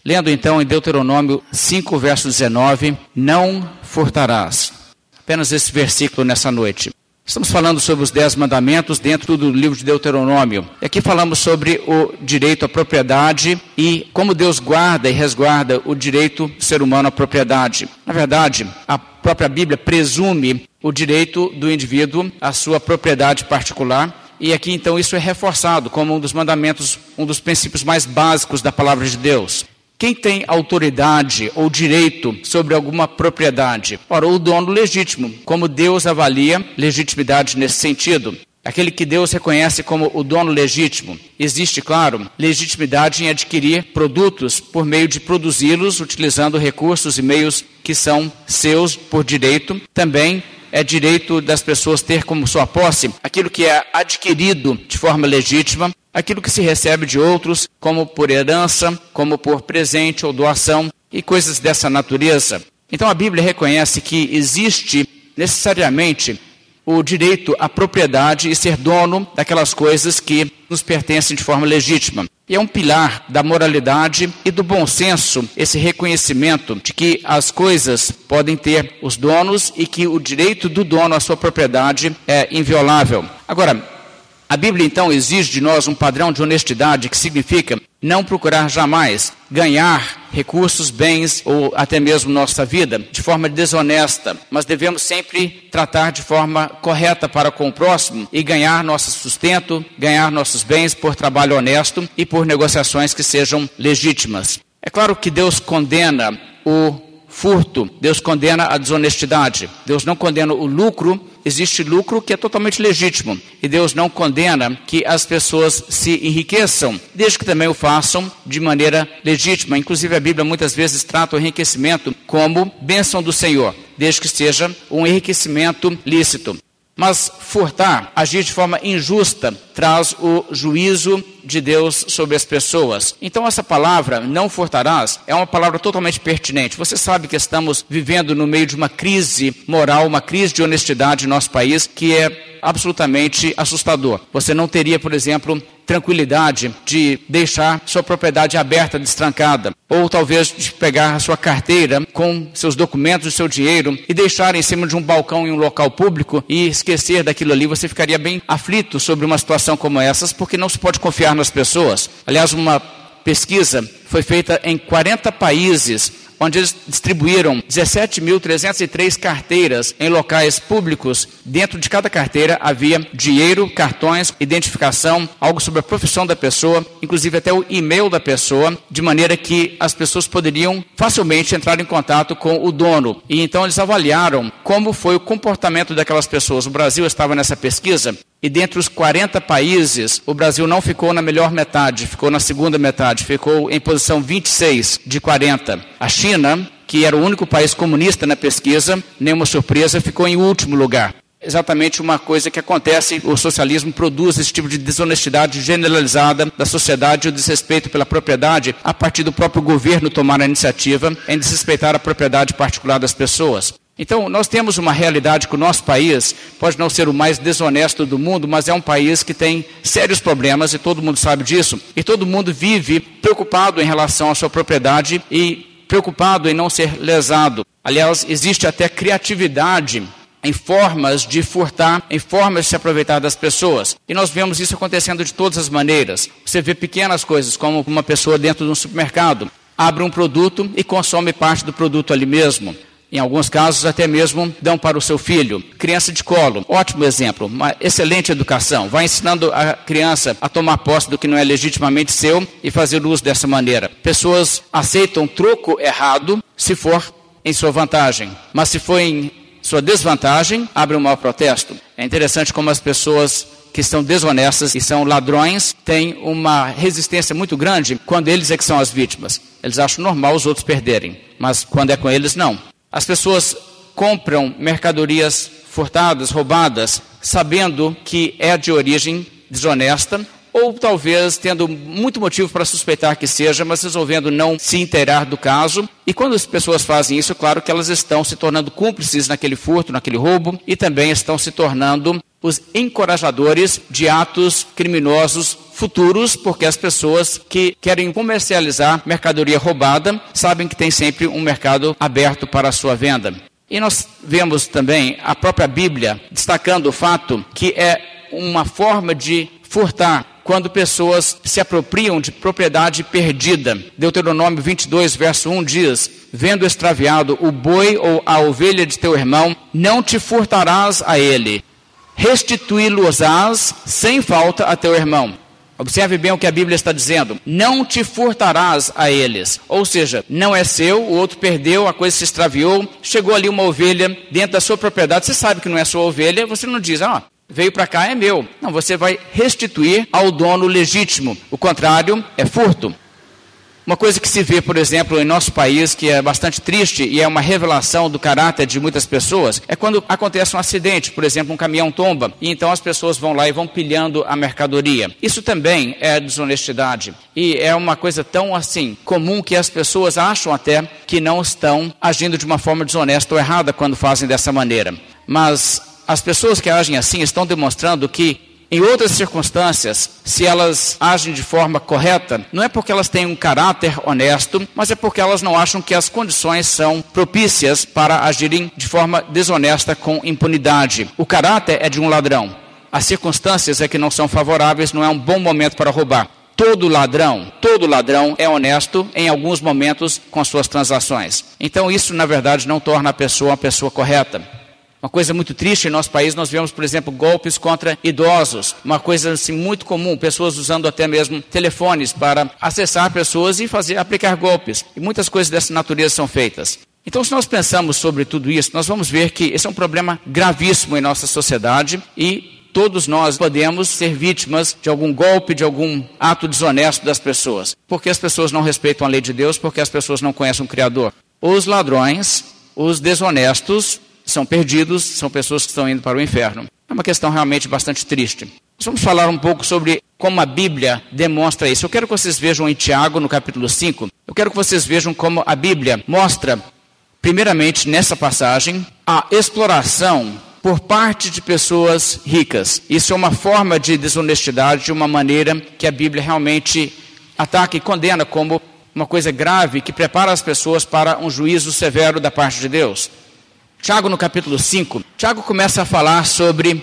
Lendo então em Deuteronômio 5, verso 19, não furtarás. Apenas esse versículo nessa noite. Estamos falando sobre os 10 mandamentos dentro do livro de Deuteronômio. E aqui falamos sobre o direito à propriedade e como Deus guarda e resguarda o direito do ser humano à propriedade. Na verdade, a própria Bíblia presume o direito do indivíduo à sua propriedade particular. E aqui então isso é reforçado como um dos mandamentos, um dos princípios mais básicos da palavra de Deus. Quem tem autoridade ou direito sobre alguma propriedade? Ora, o dono legítimo. Como Deus avalia legitimidade nesse sentido? Aquele que Deus reconhece como o dono legítimo. Existe, claro, legitimidade em adquirir produtos por meio de produzi-los, utilizando recursos e meios que são seus por direito. Também é direito das pessoas ter como sua posse aquilo que é adquirido de forma legítima, aquilo que se recebe de outros, como por herança, como por presente ou doação e coisas dessa natureza. Então a Bíblia reconhece que existe necessariamente o direito à propriedade e ser dono daquelas coisas que nos pertencem de forma legítima. E é um pilar da moralidade e do bom senso esse reconhecimento de que as coisas podem ter os donos e que o direito do dono à sua propriedade é inviolável. Agora, a Bíblia então exige de nós um padrão de honestidade que significa não procurar jamais ganhar recursos, bens ou até mesmo nossa vida de forma desonesta, mas devemos sempre tratar de forma correta para com o próximo e ganhar nosso sustento, ganhar nossos bens por trabalho honesto e por negociações que sejam legítimas. É claro que Deus condena o furto, Deus condena a desonestidade, Deus não condena o lucro. Existe lucro que é totalmente legítimo e Deus não condena que as pessoas se enriqueçam, desde que também o façam de maneira legítima. Inclusive a Bíblia muitas vezes trata o enriquecimento como bênção do Senhor, desde que seja um enriquecimento lícito. Mas furtar, agir de forma injusta, traz o juízo de Deus sobre as pessoas. Então essa palavra, não furtarás, é uma palavra totalmente pertinente. Você sabe que estamos vivendo no meio de uma crise moral, uma crise de honestidade no nosso país, que é absolutamente assustador. Você não teria, por exemplo, tranquilidade de deixar sua propriedade aberta, destrancada, ou talvez de pegar a sua carteira com seus documentos, o seu dinheiro e deixar em cima de um balcão em um local público e esquecer daquilo ali. Você ficaria bem aflito sobre uma situação como essas, porque não se pode confiar nas pessoas. Aliás, uma pesquisa foi feita em 40 países, onde eles distribuíram 17.303 carteiras em locais públicos. Dentro de cada carteira havia dinheiro, cartões, identificação, algo sobre a profissão da pessoa, inclusive até o e-mail da pessoa, de maneira que as pessoas poderiam facilmente entrar em contato com o dono. E então eles avaliaram como foi o comportamento daquelas pessoas. O Brasil estava nessa pesquisa. E dentre os 40 países, o Brasil não ficou na melhor metade, ficou na segunda metade, ficou em posição 26 de 40. A China, que era o único país comunista na pesquisa, nenhuma surpresa, ficou em último lugar. Exatamente uma coisa que acontece, o socialismo produz esse tipo de desonestidade generalizada da sociedade, o desrespeito pela propriedade, a partir do próprio governo tomar a iniciativa em desrespeitar a propriedade particular das pessoas. Então, nós temos uma realidade que o nosso país pode não ser o mais desonesto do mundo, mas é um país que tem sérios problemas e todo mundo sabe disso. E todo mundo vive preocupado em relação à sua propriedade e preocupado em não ser lesado. Aliás, existe até criatividade em formas de furtar, em formas de se aproveitar das pessoas. E nós vemos isso acontecendo de todas as maneiras. Você vê pequenas coisas, como uma pessoa dentro de um supermercado abre um produto e consome parte do produto ali mesmo. Em alguns casos, até mesmo dão para o seu filho. Criança de colo, ótimo exemplo, uma excelente educação. Vai ensinando a criança a tomar posse do que não é legitimamente seu e fazer uso dessa maneira. Pessoas aceitam troco errado se for em sua vantagem, mas se for em sua desvantagem, abre um mau protesto. É interessante como as pessoas que são desonestas e são ladrões têm uma resistência muito grande quando eles é que são as vítimas. Eles acham normal os outros perderem, mas quando é com eles, não. As pessoas compram mercadorias furtadas, roubadas, sabendo que é de origem desonesta, ou talvez tendo muito motivo para suspeitar que seja, mas resolvendo não se inteirar do caso. E quando as pessoas fazem isso, claro que elas estão se tornando cúmplices naquele furto, naquele roubo, e também estão se tornando os encorajadores de atos criminosos futuros, porque as pessoas que querem comercializar mercadoria roubada sabem que tem sempre um mercado aberto para a sua venda. E nós vemos também a própria Bíblia destacando o fato que é uma forma de furtar quando pessoas se apropriam de propriedade perdida. Deuteronômio 22, verso 1 diz: vendo extraviado o boi ou a ovelha de teu irmão, não te furtarás a ele, restituí-lo-ás sem falta a teu irmão. Observe bem o que a Bíblia está dizendo: não te furtarás a eles. Ou seja, não é seu, o outro perdeu, a coisa se extraviou, chegou ali uma ovelha dentro da sua propriedade, você sabe que não é sua ovelha, você não diz, veio para cá, é meu. Não, você vai restituir ao dono legítimo. O contrário é furto. Uma coisa que se vê, por exemplo, em nosso país, que é bastante triste e é uma revelação do caráter de muitas pessoas, é quando acontece um acidente, por exemplo, um caminhão tomba, e então as pessoas vão lá e vão pilhando a mercadoria. Isso também é desonestidade. E é uma coisa tão assim, comum, que as pessoas acham até que não estão agindo de uma forma desonesta ou errada quando fazem dessa maneira. Mas as pessoas que agem assim estão demonstrando que, em outras circunstâncias, se elas agem de forma correta, não é porque elas têm um caráter honesto, mas é porque elas não acham que as condições são propícias para agirem de forma desonesta com impunidade. O caráter é de um ladrão. As circunstâncias é que não são favoráveis, não é um bom momento para roubar. Todo ladrão é honesto em alguns momentos com as suas transações. Então isso, na verdade, não torna a pessoa uma pessoa correta. Uma coisa muito triste em nosso país, nós vemos, por exemplo, golpes contra idosos. Uma coisa assim, muito comum, pessoas usando até mesmo telefones para acessar pessoas e aplicar golpes. E muitas coisas dessa natureza são feitas. Então, se nós pensamos sobre tudo isso, nós vamos ver que esse é um problema gravíssimo em nossa sociedade e todos nós podemos ser vítimas de algum golpe, de algum ato desonesto das pessoas. Porque as pessoas não respeitam a lei de Deus, porque as pessoas não conhecem o Criador. Os ladrões, os desonestos, são perdidos, são pessoas que estão indo para o inferno. É uma questão realmente bastante triste. Nós vamos falar um pouco sobre como a Bíblia demonstra isso. Eu quero que vocês vejam em Tiago, no capítulo 5, eu quero que vocês vejam como a Bíblia mostra, primeiramente nessa passagem, a exploração por parte de pessoas ricas. Isso é uma forma de desonestidade, de uma maneira que a Bíblia realmente ataca e condena como uma coisa grave que prepara as pessoas para um juízo severo da parte de Deus. Tiago, no capítulo 5, Tiago começa a falar sobre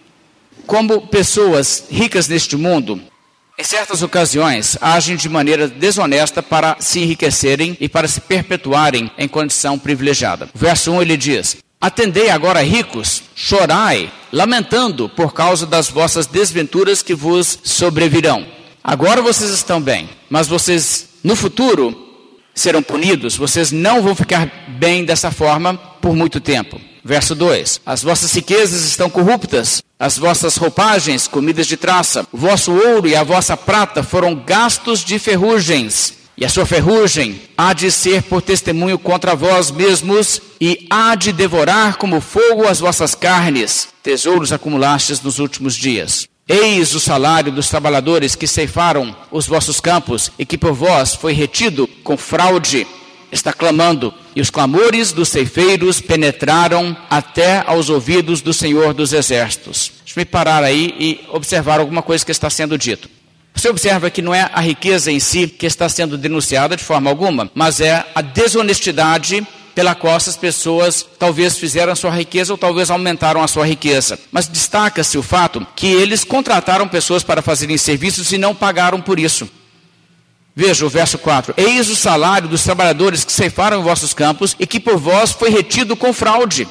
como pessoas ricas neste mundo, em certas ocasiões, agem de maneira desonesta para se enriquecerem e para se perpetuarem em condição privilegiada. Verso 1 ele diz: atendei agora, ricos, chorai, lamentando por causa das vossas desventuras que vos sobrevirão. Agora vocês estão bem, mas vocês no futuro serão punidos, vocês não vão ficar bem dessa forma por muito tempo. Verso 2: as vossas riquezas estão corruptas, as vossas roupagens, comidas de traça, o vosso ouro e a vossa prata foram gastos de ferrugens, e a sua ferrugem há de ser por testemunho contra vós mesmos, e há de devorar como fogo as vossas carnes, tesouros acumulastes nos últimos dias. Eis o salário dos trabalhadores que ceifaram os vossos campos, e que por vós foi retido com fraude. Está clamando, e os clamores dos ceifeiros penetraram até aos ouvidos do Senhor dos Exércitos. Deixa eu parar aí e observar alguma coisa que está sendo dito. Você observa que não é a riqueza em si que está sendo denunciada de forma alguma, mas é a desonestidade pela qual essas pessoas talvez fizeram a sua riqueza ou talvez aumentaram a sua riqueza. Mas destaca-se o fato que eles contrataram pessoas para fazerem serviços e não pagaram por isso. Veja o verso 4. Eis o salário dos trabalhadores que ceifaram em vossos campos e que por vós foi retido com fraude.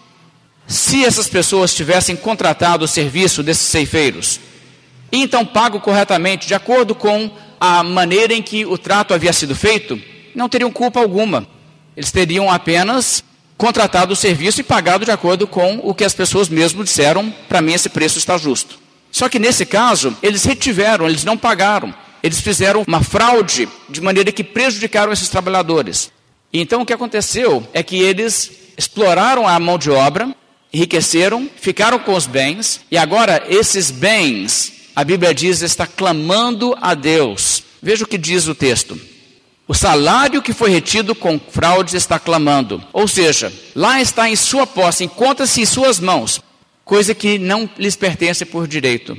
Se essas pessoas tivessem contratado o serviço desses ceifeiros, e então pago corretamente, de acordo com a maneira em que o trato havia sido feito, não teriam culpa alguma. Eles teriam apenas contratado o serviço e pagado de acordo com o que as pessoas mesmo disseram: para mim esse preço está justo. Só que nesse caso, eles retiveram, eles não pagaram. Eles fizeram uma fraude de maneira que prejudicaram esses trabalhadores. E então o que aconteceu é que eles exploraram a mão de obra, enriqueceram, ficaram com os bens, e agora esses bens, a Bíblia diz, está clamando a Deus. Veja o que diz o texto. O salário que foi retido com fraude está clamando. Ou seja, lá está em sua posse, encontra-se em suas mãos. coisa que não lhes pertence por direito.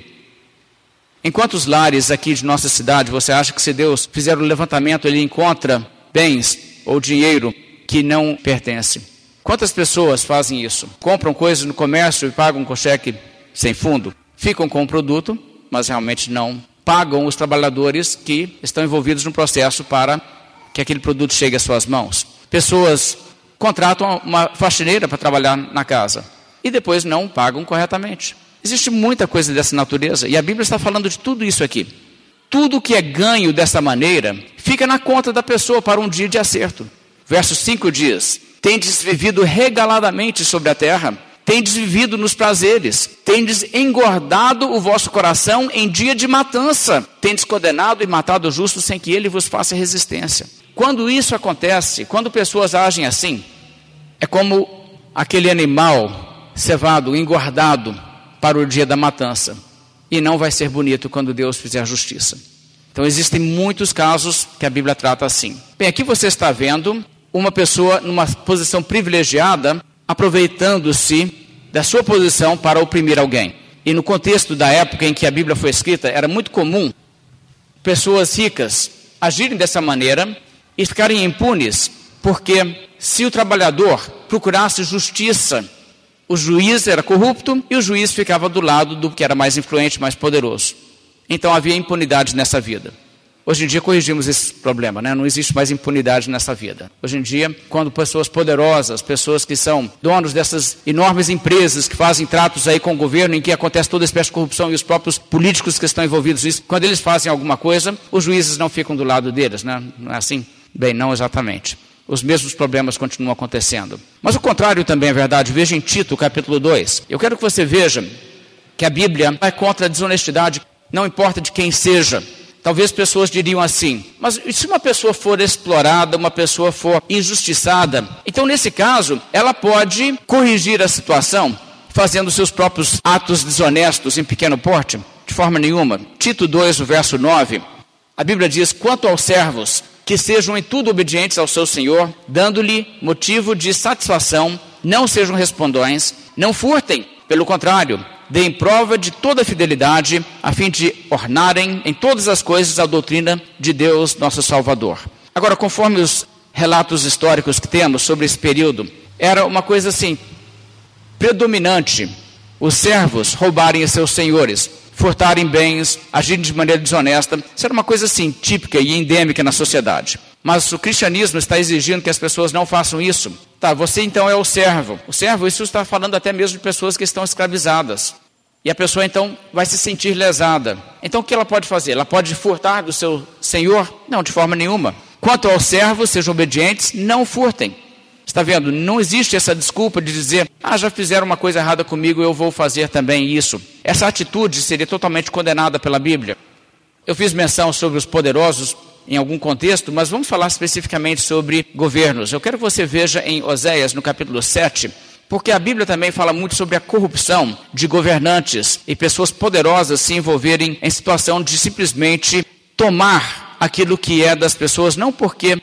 Em quantos lares aqui de nossa cidade você acha que, se Deus fizer o levantamento, ele encontra bens ou dinheiro que não pertence? Quantas pessoas fazem isso? Compram coisas no comércio e pagam com cheque sem fundo? Ficam com o produto, mas realmente não pagam os trabalhadores que estão envolvidos no processo para que aquele produto chegue às suas mãos. Pessoas contratam uma faxineira para trabalhar na casa e depois não pagam corretamente. Existe muita coisa dessa natureza e a Bíblia está falando de tudo isso aqui. Tudo que é ganho dessa maneira fica na conta da pessoa para um dia de acerto. Verso 5 diz: tendes vivido regaladamente sobre a terra, tendes vivido nos prazeres, tendes engordado o vosso coração em dia de matança, tendes condenado e matado o justo sem que ele vos faça resistência. Quando isso acontece, quando pessoas agem assim, é como aquele animal cevado, engordado para o dia da matança. E não vai ser bonito quando Deus fizer justiça. Então existem muitos casos que a Bíblia trata assim. Bem, aqui você está vendo uma pessoa numa posição privilegiada, aproveitando-se da sua posição para oprimir alguém. E no contexto da época em que a Bíblia foi escrita, era muito comum pessoas ricas agirem dessa maneira e ficarem impunes, porque se o trabalhador procurasse justiça, o juiz era corrupto e o juiz ficava do lado do que era mais influente, mais poderoso. Então havia impunidade nessa vida. Hoje em dia corrigimos esse problema, né? Não existe mais impunidade nessa vida. Hoje em dia, quando pessoas poderosas, pessoas que são donos dessas enormes empresas, que fazem tratos aí com o governo, em que acontece toda espécie de corrupção, e os próprios políticos que estão envolvidos nisso, quando eles fazem alguma coisa, os juízes não ficam do lado deles, né? Não é assim? Bem, não exatamente. Os mesmos problemas continuam acontecendo. Mas o contrário também é verdade. Veja em Tito, capítulo 2. Eu quero que você veja que a Bíblia vai contra a desonestidade, não importa de quem seja. Talvez pessoas diriam assim: mas e se uma pessoa for explorada, uma pessoa for injustiçada? Então, nesse caso, ela pode corrigir a situação fazendo seus próprios atos desonestos em pequeno porte? De forma nenhuma. Tito 2, o verso 9, a Bíblia diz: quanto aos servos, que sejam em tudo obedientes ao seu Senhor, dando-lhe motivo de satisfação, não sejam respondões, não furtem, pelo contrário, deem prova de toda fidelidade, a fim de ornarem em todas as coisas a doutrina de Deus, nosso Salvador. Agora, conforme os relatos históricos que temos sobre esse período, era uma coisa assim, predominante, os servos roubarem a seus senhores, furtarem bens, agirem de maneira desonesta. Isso era uma coisa assim, típica e endêmica na sociedade. Mas o cristianismo está exigindo que as pessoas não façam isso. Tá, você então é o servo. O servo, isso está falando até mesmo de pessoas que estão escravizadas. E a pessoa então vai se sentir lesada. Então o que ela pode fazer? Ela pode furtar do seu senhor? Não, de forma nenhuma. Quanto aos servos, sejam obedientes, não furtem. Está vendo? Não existe essa desculpa de dizer: já fizeram uma coisa errada comigo, eu vou fazer também isso. Essa atitude seria totalmente condenada pela Bíblia. Eu fiz menção sobre os poderosos em algum contexto, mas vamos falar especificamente sobre governos. Eu quero que você veja em Oséias, no capítulo 7, porque a Bíblia também fala muito sobre a corrupção de governantes e pessoas poderosas se envolverem em situação de simplesmente tomar aquilo que é das pessoas, não porque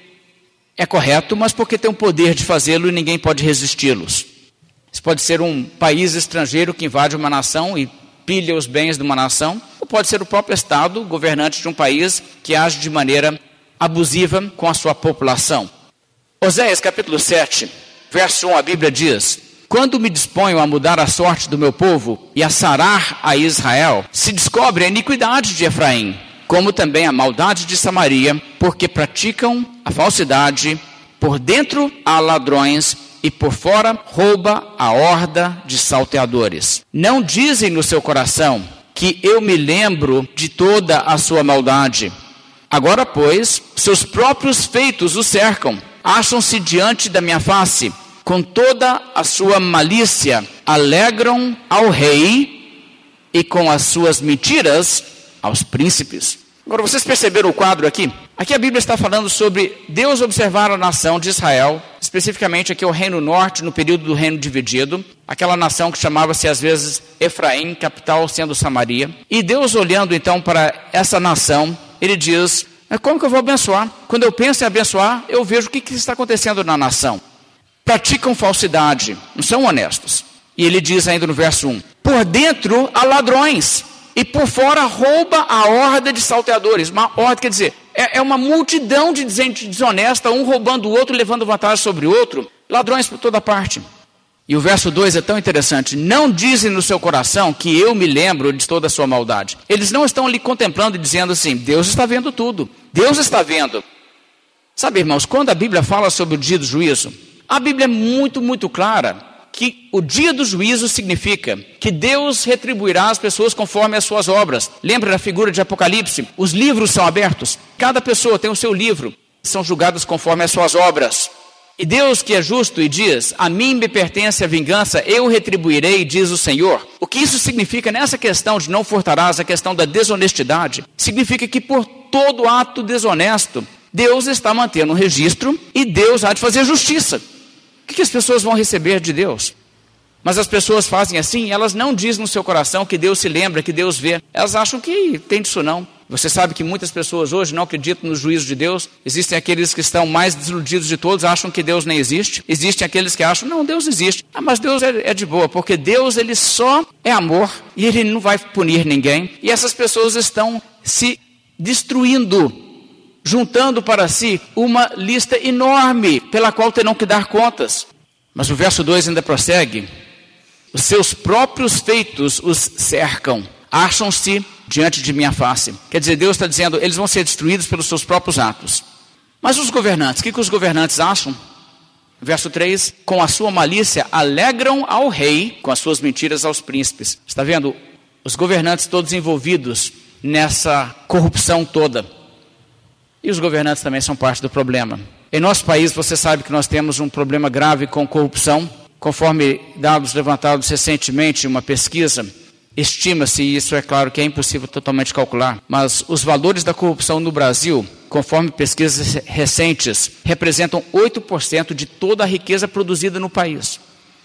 é correto, mas porque tem o poder de fazê-lo e ninguém pode resisti-los. Isso pode ser um país estrangeiro que invade uma nação e pilha os bens de uma nação, ou pode ser o próprio Estado, governante de um país, que age de maneira abusiva com a sua população. Oséias capítulo 7, verso 1, a Bíblia diz: quando me disponho a mudar a sorte do meu povo e a sarar a Israel, se descobre a iniquidade de Efraim, como também a maldade de Samaria, porque praticam a falsidade, por dentro há ladrões e por fora rouba a horda de salteadores. Não dizem no seu coração que eu me lembro de toda a sua maldade. Agora, pois, seus próprios feitos o cercam, acham-se diante da minha face, com toda a sua malícia, alegram ao rei e com as suas mentiras aos príncipes. Agora, vocês perceberam o quadro aqui? Aqui a Bíblia está falando sobre Deus observar a nação de Israel, especificamente aqui o reino norte, no período do reino dividido, aquela nação que chamava-se às vezes Efraim, capital sendo Samaria. E Deus olhando então para essa nação, ele diz: como que eu vou abençoar? Quando eu penso em abençoar, eu vejo o que está acontecendo na nação. Praticam falsidade, não são honestos. E ele diz ainda no verso 1, por dentro há ladrões, e por fora rouba a horda de salteadores. Uma horda quer dizer, é uma multidão de gente desonesta, um roubando o outro, levando vantagem sobre o outro, ladrões por toda parte. E o verso 2 é tão interessante, não dizem no seu coração que eu me lembro de toda a sua maldade. Eles não estão ali contemplando e dizendo assim, Deus está vendo tudo, Deus está vendo. Sabe, irmãos, quando a Bíblia fala sobre o dia do juízo, a Bíblia é muito, muito clara que o dia do juízo significa que Deus retribuirá as pessoas conforme as suas obras. Lembra da figura de Apocalipse? Os livros são abertos, cada pessoa tem o seu livro, são julgadas conforme as suas obras. E Deus que é justo e diz, a mim me pertence a vingança, eu retribuirei, diz o Senhor. O que isso significa nessa questão de não furtarás, a questão da desonestidade? Significa que por todo ato desonesto, Deus está mantendo um registro e Deus há de fazer justiça. O que as pessoas vão receber de Deus? Mas as pessoas fazem assim, elas não dizem no seu coração que Deus se lembra, que Deus vê. Elas acham que tem disso não. Você sabe que muitas pessoas hoje não acreditam no juízo de Deus. Existem aqueles que estão mais desiludidos de todos, acham que Deus nem existe. Existem aqueles que acham, não, Deus existe. Mas Deus é de boa, porque Deus ele só é amor e Ele não vai punir ninguém. E essas pessoas estão se destruindo, juntando para si uma lista enorme pela qual terão que dar contas. Mas o verso 2 ainda prossegue. Os seus próprios feitos os cercam, acham-se diante de minha face. Quer dizer, Deus está dizendo, eles vão ser destruídos pelos seus próprios atos. Mas os governantes, o que os governantes acham? Verso 3, com a sua malícia alegram ao rei, com as suas mentiras aos príncipes. Está vendo? Os governantes todos envolvidos nessa corrupção toda. E os governantes também são parte do problema. Em nosso país, você sabe que nós temos um problema grave com corrupção. Conforme dados levantados recentemente, uma pesquisa, estima-se, e isso é claro que é impossível totalmente calcular, mas os valores da corrupção no Brasil, conforme pesquisas recentes, representam 8% de toda a riqueza produzida no país.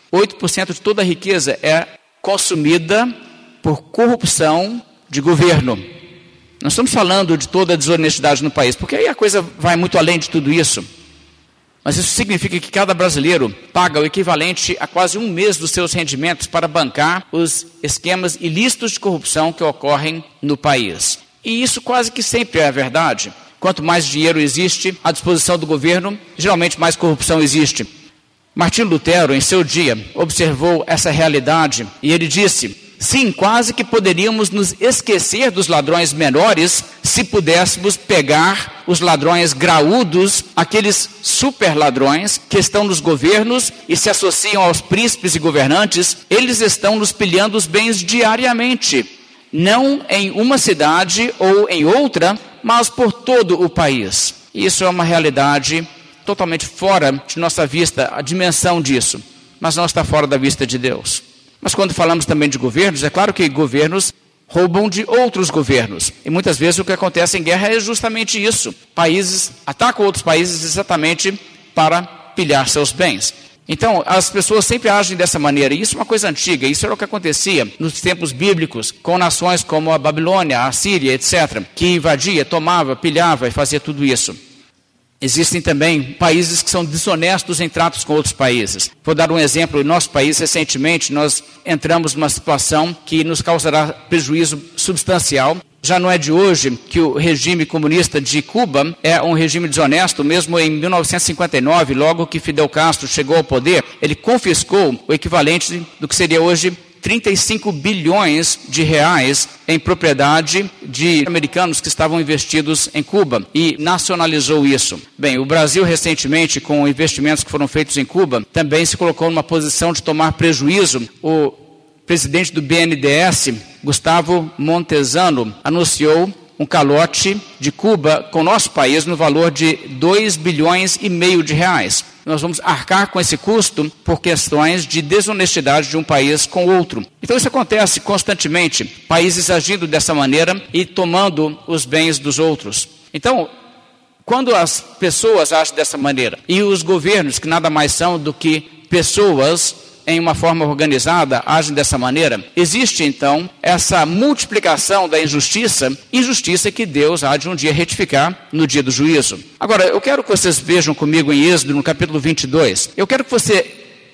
8% de toda a riqueza é consumida por corrupção de governo. Não estamos falando de toda a desonestidade no país, porque aí a coisa vai muito além de tudo isso. Mas isso significa que cada brasileiro paga o equivalente a quase um mês dos seus rendimentos para bancar os esquemas ilícitos de corrupção que ocorrem no país. E isso quase que sempre é a verdade. Quanto mais dinheiro existe à disposição do governo, geralmente mais corrupção existe. Martinho Lutero, em seu dia, observou essa realidade e ele disse, sim, quase que poderíamos nos esquecer dos ladrões menores se pudéssemos pegar os ladrões graúdos, aqueles super ladrões que estão nos governos e se associam aos príncipes e governantes. Eles estão nos pilhando os bens diariamente, não em uma cidade ou em outra, mas por todo o país. Isso é uma realidade totalmente fora de nossa vista, a dimensão disso, mas não está fora da vista de Deus. Mas quando falamos também de governos, é claro que governos roubam de outros governos. E muitas vezes o que acontece em guerra é justamente isso. Países atacam outros países exatamente para pilhar seus bens. Então, as pessoas sempre agem dessa maneira. E isso é uma coisa antiga. Isso era o que acontecia nos tempos bíblicos com nações como a Babilônia, a Síria, etc. Que invadia, tomava, pilhava e fazia tudo isso. Existem também países que são desonestos em tratos com outros países. Vou dar um exemplo. Em nosso país, recentemente, nós entramos numa situação que nos causará prejuízo substancial. Já não é de hoje que o regime comunista de Cuba é um regime desonesto. Mesmo em 1959, logo que Fidel Castro chegou ao poder, ele confiscou o equivalente do que seria hoje 35 bilhões de reais em propriedade de americanos que estavam investidos em Cuba e nacionalizou isso. Bem, o Brasil recentemente, com investimentos que foram feitos em Cuba, também se colocou numa posição de tomar prejuízo. O presidente do BNDES, Gustavo Montesano, anunciou um calote de Cuba com o nosso país no valor de 2,5 bilhões de reais. Nós vamos arcar com esse custo por questões de desonestidade de um país com outro. Então isso acontece constantemente, países agindo dessa maneira e tomando os bens dos outros. Então, quando as pessoas agem dessa maneira e os governos, que nada mais são do que pessoas em uma forma organizada, agem dessa maneira, existe então essa multiplicação da injustiça que Deus há de um dia retificar no dia do juízo. Agora, eu quero que vocês vejam comigo em Êxodo, no capítulo 22, eu quero que você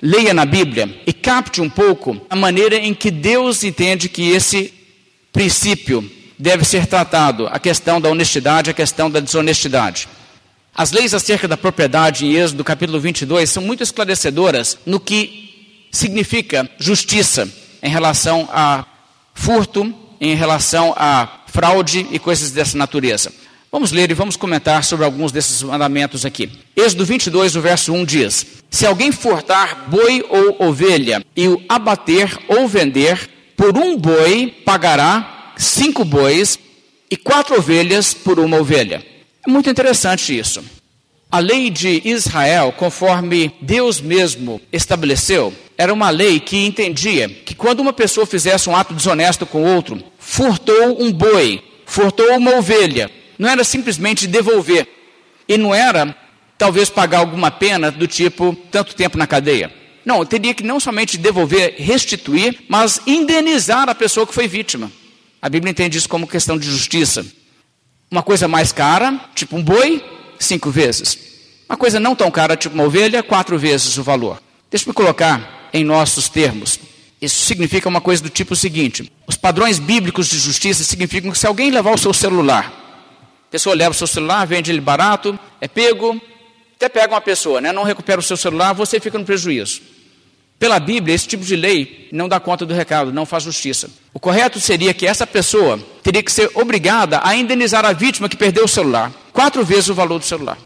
leia na Bíblia e capte um pouco a maneira em que Deus entende que esse princípio deve ser tratado, a questão da honestidade, a questão da desonestidade. As leis acerca da propriedade em Êxodo capítulo 22 são muito esclarecedoras no que significa justiça em relação a furto, em relação a fraude e coisas dessa natureza. Vamos ler e vamos comentar sobre alguns desses mandamentos aqui. Êxodo 22, o verso 1 diz: se alguém furtar boi ou ovelha e o abater ou vender, por um boi pagará 5 bois e 4 ovelhas por uma ovelha. É muito interessante isso. A lei de Israel, conforme Deus mesmo estabeleceu, era uma lei que entendia que quando uma pessoa fizesse um ato desonesto com outro, furtou um boi, furtou uma ovelha, não era simplesmente devolver. E não era, talvez, pagar alguma pena do tipo, tanto tempo na cadeia. Não, teria que não somente devolver, restituir, mas indenizar a pessoa que foi vítima. A Bíblia entende isso como questão de justiça. Uma coisa mais cara, tipo um boi, 5 vezes. Uma coisa não tão cara, tipo uma ovelha, 4 vezes o valor. Deixa eu colocar em nossos termos. Isso significa uma coisa do tipo seguinte: os padrões bíblicos de justiça significam que se alguém levar o seu celular, a pessoa leva o seu celular, vende ele barato, é pego, até pega uma pessoa, né? Não recupera o seu celular, você fica no prejuízo. Pela Bíblia, esse tipo de lei não dá conta do recado, não faz justiça. O correto seria que essa pessoa teria que ser obrigada a indenizar a vítima que perdeu o celular, 4 vezes o valor do celular.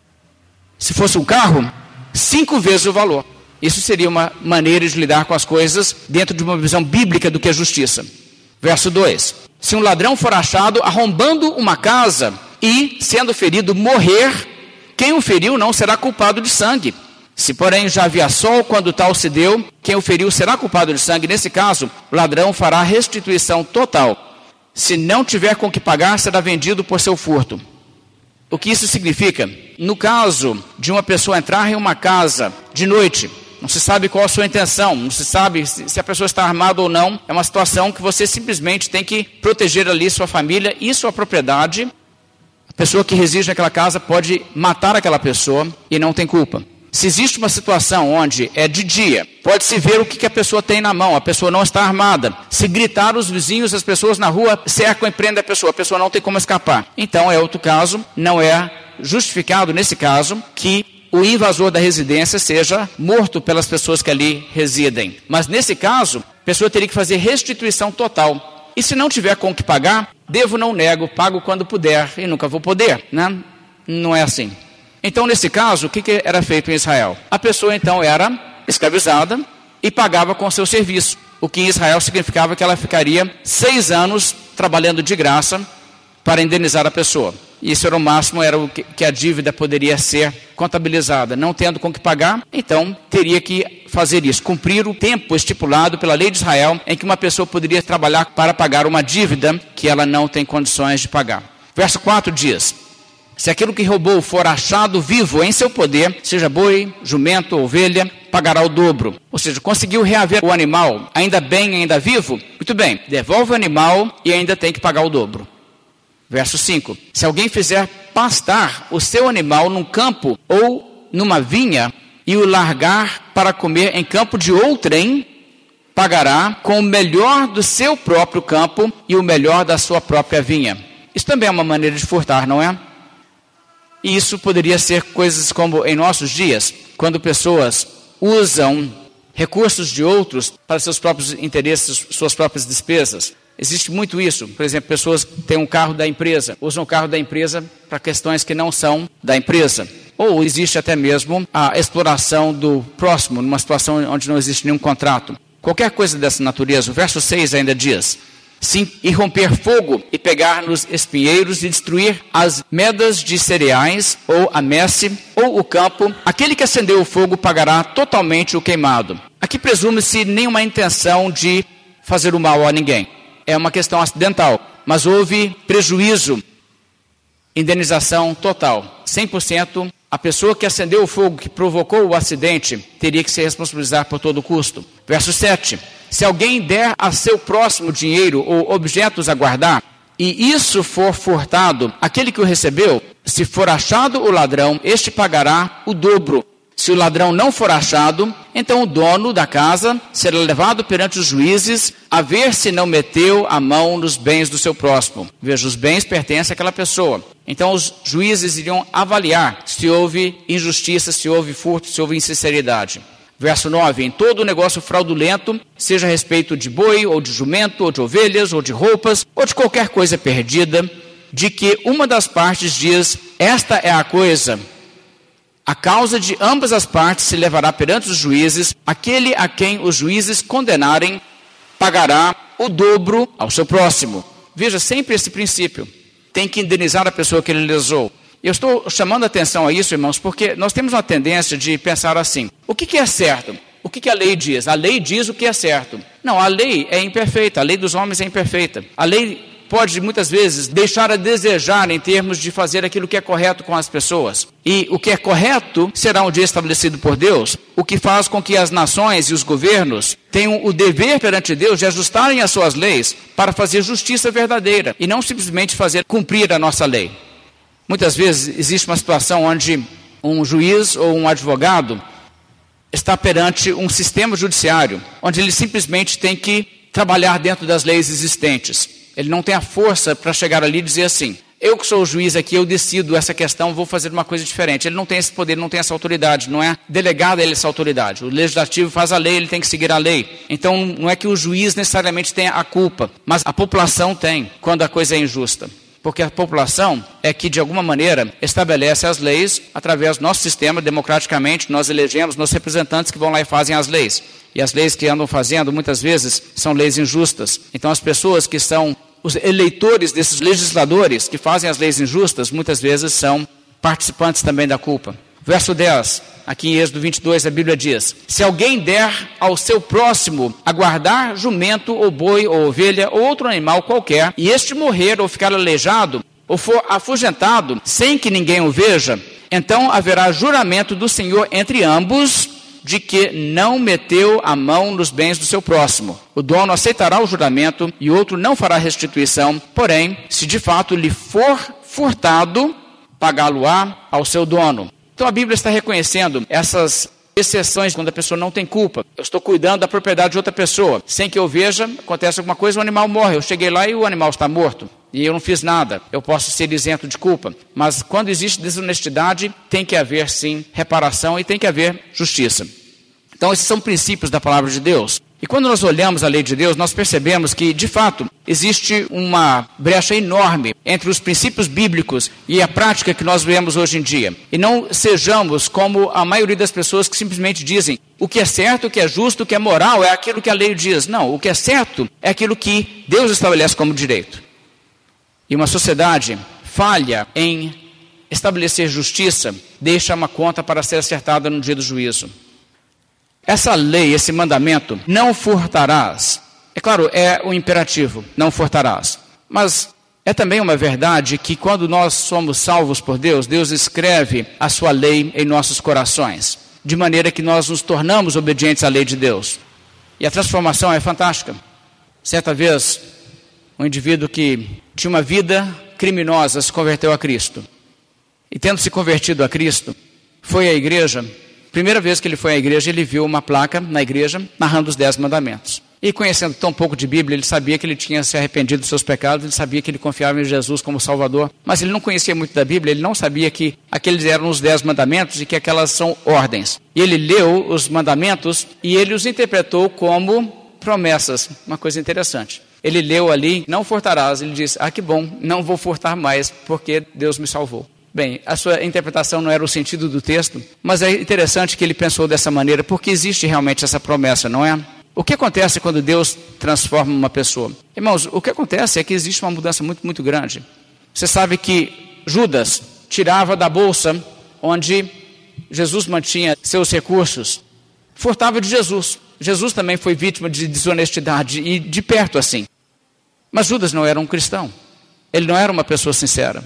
Se fosse um carro, 5 vezes o valor. Isso seria uma maneira de lidar com as coisas dentro de uma visão bíblica do que é justiça. Verso 2. Se um ladrão for achado arrombando uma casa e, sendo ferido, morrer, quem o feriu não será culpado de sangue. Se, porém, já havia sol quando tal se deu, quem o feriu será culpado de sangue. Nesse caso, o ladrão fará restituição total. Se não tiver com que pagar, será vendido por seu furto. O que isso significa? No caso de uma pessoa entrar em uma casa de noite, não se sabe qual a sua intenção, não se sabe se a pessoa está armada ou não, é uma situação que você simplesmente tem que proteger ali sua família e sua propriedade. A pessoa que reside naquela casa pode matar aquela pessoa e não tem culpa. Se existe uma situação onde é de dia, pode-se ver o que a pessoa tem na mão, a pessoa não está armada. Se gritar os vizinhos, as pessoas na rua cercam e prendem a pessoa não tem como escapar. Então é outro caso, não é justificado nesse caso que o invasor da residência seja morto pelas pessoas que ali residem. Mas nesse caso, a pessoa teria que fazer restituição total. E se não tiver com o que pagar, devo, não nego, pago quando puder e nunca vou poder, né? Não é assim. Então, nesse caso, o que era feito em Israel? A pessoa, então, era escravizada e pagava com seu serviço. O que em Israel significava que ela ficaria 6 anos trabalhando de graça para indenizar a pessoa. Isso era o máximo, era o que a dívida poderia ser contabilizada. Não tendo com que pagar, então teria que fazer isso. Cumprir o tempo estipulado pela lei de Israel em que uma pessoa poderia trabalhar para pagar uma dívida que ela não tem condições de pagar. Verso 4 diz: se aquilo que roubou for achado vivo em seu poder, seja boi, jumento, ovelha, pagará o dobro. Ou seja, conseguiu reaver o animal, ainda bem, ainda vivo? Muito bem, devolve o animal e ainda tem que pagar o dobro. Verso 5. Se alguém fizer pastar o seu animal num campo ou numa vinha e o largar para comer em campo de outrem, pagará com o melhor do seu próprio campo e o melhor da sua própria vinha. Isso também é uma maneira de furtar, não é? E isso poderia ser coisas como em nossos dias, quando pessoas usam recursos de outros para seus próprios interesses, suas próprias despesas. Existe muito isso. Por exemplo, pessoas que têm um carro da empresa, usam o carro da empresa para questões que não são da empresa. Ou existe até mesmo a exploração do próximo, numa situação onde não existe nenhum contrato. Qualquer coisa dessa natureza. O verso 6 ainda diz: sim, irromper fogo e pegar nos espinheiros e destruir as medas de cereais, ou a messe, ou o campo, aquele que acendeu o fogo pagará totalmente o queimado. Aqui presume-se nenhuma intenção de fazer o mal a ninguém. É uma questão acidental, mas houve prejuízo, indenização total, 100%. A pessoa que acendeu o fogo, que provocou o acidente, teria que se responsabilizar por todo o custo. Verso 7. Se alguém der a seu próximo dinheiro ou objetos a guardar, e isso for furtado, aquele que o recebeu, se for achado o ladrão, este pagará o dobro. Se o ladrão não for achado, então o dono da casa será levado perante os juízes a ver se não meteu a mão nos bens do seu próximo. Veja, os bens pertencem àquela pessoa. Então os juízes iriam avaliar se houve injustiça, se houve furto, se houve insinceridade. Verso 9, em todo negócio fraudulento, seja a respeito de boi, ou de jumento, ou de ovelhas, ou de roupas, ou de qualquer coisa perdida, de que uma das partes diz, esta é a coisa, a causa de ambas as partes se levará perante os juízes, aquele a quem os juízes condenarem pagará o dobro ao seu próximo. Veja sempre esse princípio, tem que indenizar a pessoa que ele lesou. Eu estou chamando a atenção a isso, irmãos, porque nós temos uma tendência de pensar assim, o que é certo? O que a lei diz? A lei diz o que é certo. Não, a lei é imperfeita, a lei dos homens é imperfeita. A lei pode muitas vezes deixar a desejar em termos de fazer aquilo que é correto com as pessoas. E o que é correto será um dia estabelecido por Deus, o que faz com que as nações e os governos tenham o dever perante Deus de ajustarem as suas leis para fazer justiça verdadeira e não simplesmente fazer cumprir a nossa lei. Muitas vezes existe uma situação onde um juiz ou um advogado está perante um sistema judiciário, onde ele simplesmente tem que trabalhar dentro das leis existentes. Ele não tem a força para chegar ali e dizer assim, eu que sou o juiz aqui, eu decido essa questão, vou fazer uma coisa diferente. Ele não tem esse poder, não tem essa autoridade, não é delegada a ele essa autoridade. O legislativo faz a lei, ele tem que seguir a lei. Então não é que o juiz necessariamente tenha a culpa, mas a população tem, quando a coisa é injusta. Porque a população é que, de alguma maneira, estabelece as leis através do nosso sistema, democraticamente, nós elegemos nossos representantes que vão lá e fazem as leis. E as leis que andam fazendo, muitas vezes, são leis injustas. Então, as pessoas que são os eleitores desses legisladores que fazem as leis injustas, muitas vezes são participantes também da culpa. Verso 10, aqui em Êxodo 22, a Bíblia diz, se alguém der ao seu próximo a guardar jumento, ou boi, ou ovelha, ou outro animal qualquer, e este morrer ou ficar aleijado, ou for afugentado, sem que ninguém o veja, então haverá juramento do Senhor entre ambos, de que não meteu a mão nos bens do seu próximo. O dono aceitará o juramento e o outro não fará restituição, porém, se de fato lhe for furtado, pagá-lo-á ao seu dono. Então a Bíblia está reconhecendo essas exceções quando a pessoa não tem culpa. Eu estou cuidando da propriedade de outra pessoa. Sem que eu veja, acontece alguma coisa, o animal morre. Eu cheguei lá e o animal está morto. E eu não fiz nada. Eu posso ser isento de culpa. Mas quando existe desonestidade, tem que haver sim reparação e tem que haver justiça. Então esses são princípios da palavra de Deus. E quando nós olhamos a lei de Deus, nós percebemos que, de fato, existe uma brecha enorme entre os princípios bíblicos e a prática que nós vemos hoje em dia. E não sejamos como a maioria das pessoas que simplesmente dizem o que é certo, o que é justo, o que é moral, é aquilo que a lei diz. Não, o que é certo é aquilo que Deus estabelece como direito. E uma sociedade falha em estabelecer justiça, deixa uma conta para ser acertada no dia do juízo. Essa lei, esse mandamento, não furtarás. É claro, é o imperativo, não furtarás. Mas é também uma verdade que quando nós somos salvos por Deus, Deus escreve a sua lei em nossos corações, de maneira que nós nos tornamos obedientes à lei de Deus. E a transformação é fantástica. Certa vez, um indivíduo que tinha uma vida criminosa se converteu a Cristo. E tendo se convertido a Cristo, foi à igreja. Primeira vez que ele foi à igreja, ele viu uma placa na igreja narrando os 10 mandamentos. E conhecendo tão pouco de Bíblia, ele sabia que ele tinha se arrependido dos seus pecados, ele sabia que ele confiava em Jesus como Salvador, mas ele não conhecia muito da Bíblia, ele não sabia que aqueles eram os 10 mandamentos e que aquelas são ordens. E ele leu os mandamentos e ele os interpretou como promessas, uma coisa interessante. Ele leu ali, não furtarás, ele disse, que bom, não vou furtar mais, porque Deus me salvou. Bem, a sua interpretação não era o sentido do texto, mas é interessante que ele pensou dessa maneira, porque existe realmente essa promessa, não é? O que acontece quando Deus transforma uma pessoa? Irmãos, o que acontece é que existe uma mudança muito, muito grande. Você sabe que Judas tirava da bolsa onde Jesus mantinha seus recursos, furtava de Jesus. Jesus também foi vítima de desonestidade e de perto assim. Mas Judas não era um cristão, ele não era uma pessoa sincera.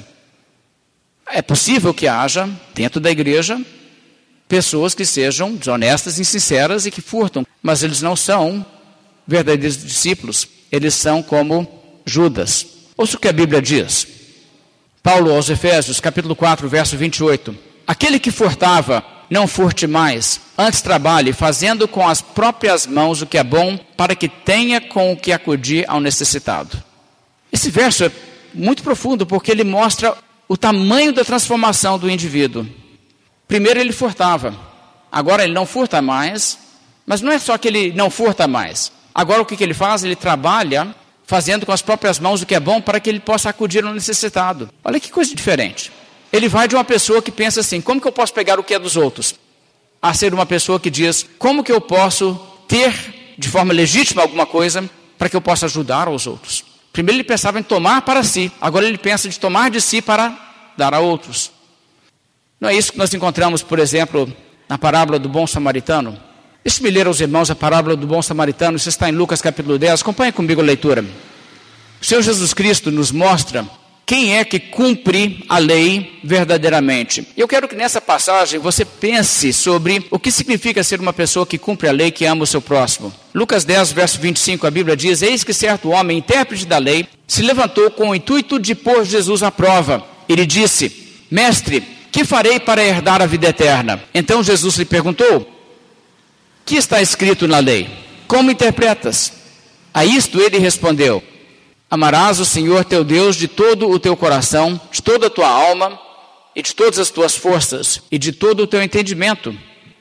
É possível que haja, dentro da igreja, pessoas que sejam desonestas, insinceras e que furtam, mas eles não são verdadeiros discípulos, eles são como Judas. Ouça o que a Bíblia diz. Paulo aos Efésios, capítulo 4, verso 28. Aquele que furtava, não furte mais, antes trabalhe, fazendo com as próprias mãos o que é bom, para que tenha com o que acudir ao necessitado. Esse verso é muito profundo, porque ele mostra o tamanho da transformação do indivíduo. Primeiro ele furtava, agora ele não furta mais, mas não é só que ele não furta mais. Agora o que ele faz? Ele trabalha fazendo com as próprias mãos o que é bom para que ele possa acudir ao necessitado. Olha que coisa diferente. Ele vai de uma pessoa que pensa assim, como que eu posso pegar o que é dos outros? A ser uma pessoa que diz, como que eu posso ter de forma legítima alguma coisa para que eu possa ajudar aos outros? Primeiro ele pensava em tomar para si, agora ele pensa de tomar de si para dar a outros. Não é isso que nós encontramos, por exemplo, na parábola do bom samaritano? Deixe-me ler aos irmãos a parábola do bom samaritano, isso está em Lucas capítulo 10, acompanhe comigo a leitura. O Senhor Jesus Cristo nos mostra quem é que cumpre a lei verdadeiramente. Eu quero que nessa passagem você pense sobre o que significa ser uma pessoa que cumpre a lei, que ama o seu próximo. Lucas 10, verso 25, a Bíblia diz, eis que certo homem, intérprete da lei, se levantou com o intuito de pôr Jesus à prova. Ele disse, mestre, que farei para herdar a vida eterna? Então Jesus lhe perguntou, que está escrito na lei? Como interpretas? A isto ele respondeu, amarás o Senhor teu Deus de todo o teu coração, de toda a tua alma e de todas as tuas forças e de todo o teu entendimento.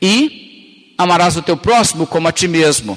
E amarás o teu próximo como a ti mesmo.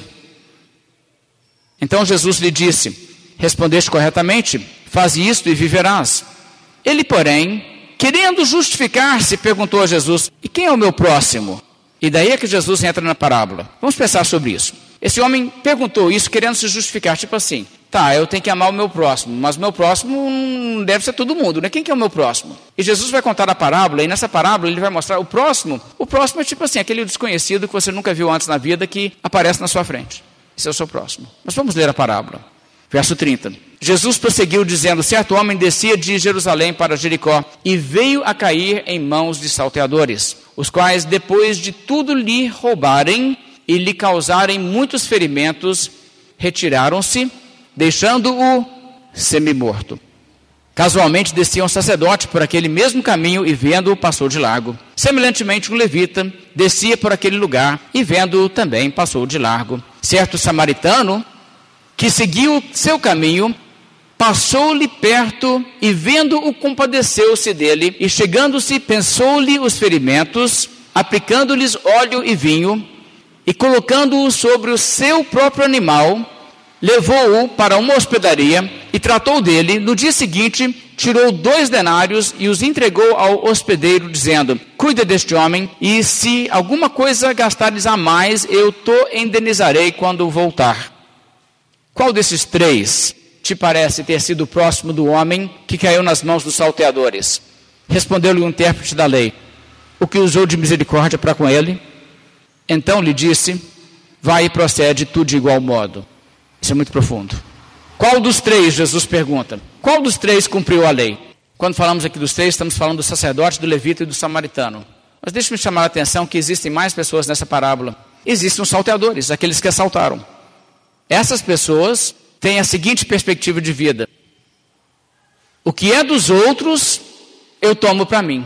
Então Jesus lhe disse, respondeste corretamente, faze isto e viverás. Ele, porém, querendo justificar-se, perguntou a Jesus, e quem é o meu próximo? E daí é que Jesus entra na parábola. Vamos pensar sobre isso. Esse homem perguntou isso querendo se justificar, tipo assim, tá, eu tenho que amar o meu próximo, mas o meu próximo não deve ser todo mundo, né? Quem que é o meu próximo? E Jesus vai contar a parábola, e nessa parábola ele vai mostrar o próximo é tipo assim, aquele desconhecido que você nunca viu antes na vida, que aparece na sua frente. Esse é o seu próximo. Mas vamos ler a parábola. Verso 30. Jesus prosseguiu dizendo, certo homem descia de Jerusalém para Jericó e veio a cair em mãos de salteadores, os quais depois de tudo lhe roubarem e lhe causarem muitos ferimentos, retiraram-se, deixando-o semi-morto. Casualmente descia um sacerdote por aquele mesmo caminho e vendo-o passou de largo. Semelhantemente um levita descia por aquele lugar e vendo-o também passou de largo. Certo samaritano que seguiu seu caminho, passou-lhe perto e vendo-o compadeceu-se dele e chegando-se pensou-lhe os ferimentos, aplicando-lhes óleo e vinho e colocando-o sobre o seu próprio animal, levou-o para uma hospedaria e tratou dele. No dia seguinte tirou 2 denários e os entregou ao hospedeiro dizendo, cuida deste homem e se alguma coisa gastares a mais eu te indenizarei quando voltar. Qual desses 3 te parece ter sido o próximo do homem que caiu nas mãos dos salteadores? Respondeu-lhe o intérprete da lei, o que usou de misericórdia para com ele. Então lhe disse, vai e procede tu de igual modo. Isso é muito profundo. Qual dos 3, Jesus pergunta, qual dos 3 cumpriu a lei? Quando falamos aqui dos 3, estamos falando do sacerdote, do levita e do samaritano. Mas deixe-me chamar a atenção que existem mais pessoas nessa parábola. Existem os salteadores, aqueles que assaltaram. Essas pessoas têm a seguinte perspectiva de vida. O que é dos outros, eu tomo para mim.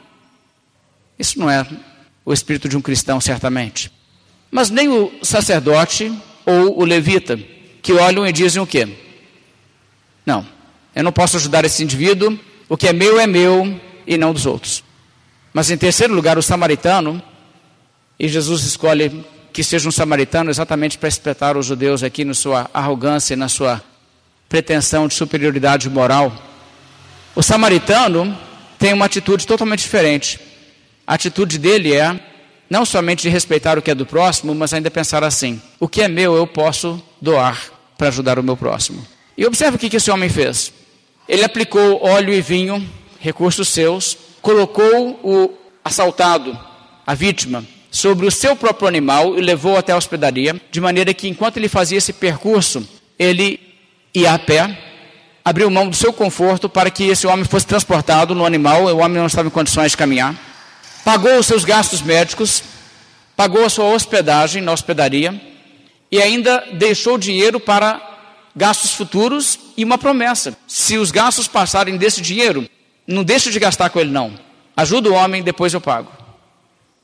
Isso não é o espírito de um cristão, certamente. Mas nem o sacerdote ou o levita, que olham e dizem o quê? Não, eu não posso ajudar esse indivíduo, o que é meu e não dos outros. Mas em terceiro lugar, o samaritano, e Jesus escolhe que seja um samaritano exatamente para espetar os judeus aqui na sua arrogância e na sua pretensão de superioridade moral. O samaritano tem uma atitude totalmente diferente. A atitude dele é não somente de respeitar o que é do próximo, mas ainda pensar assim, o que é meu eu posso doar para ajudar o meu próximo. E observe o que esse homem fez. Ele aplicou óleo e vinho, recursos seus, colocou o assaltado, a vítima, sobre o seu próprio animal e levou até a hospedaria, de maneira que enquanto ele fazia esse percurso, ele ia a pé, abriu mão do seu conforto para que esse homem fosse transportado no animal, o homem não estava em condições de caminhar, pagou os seus gastos médicos, pagou a sua hospedagem na hospedaria e ainda deixou dinheiro para gastos futuros e uma promessa. Se os gastos passarem desse dinheiro, não deixe de gastar com ele não. Ajuda o homem, depois eu pago.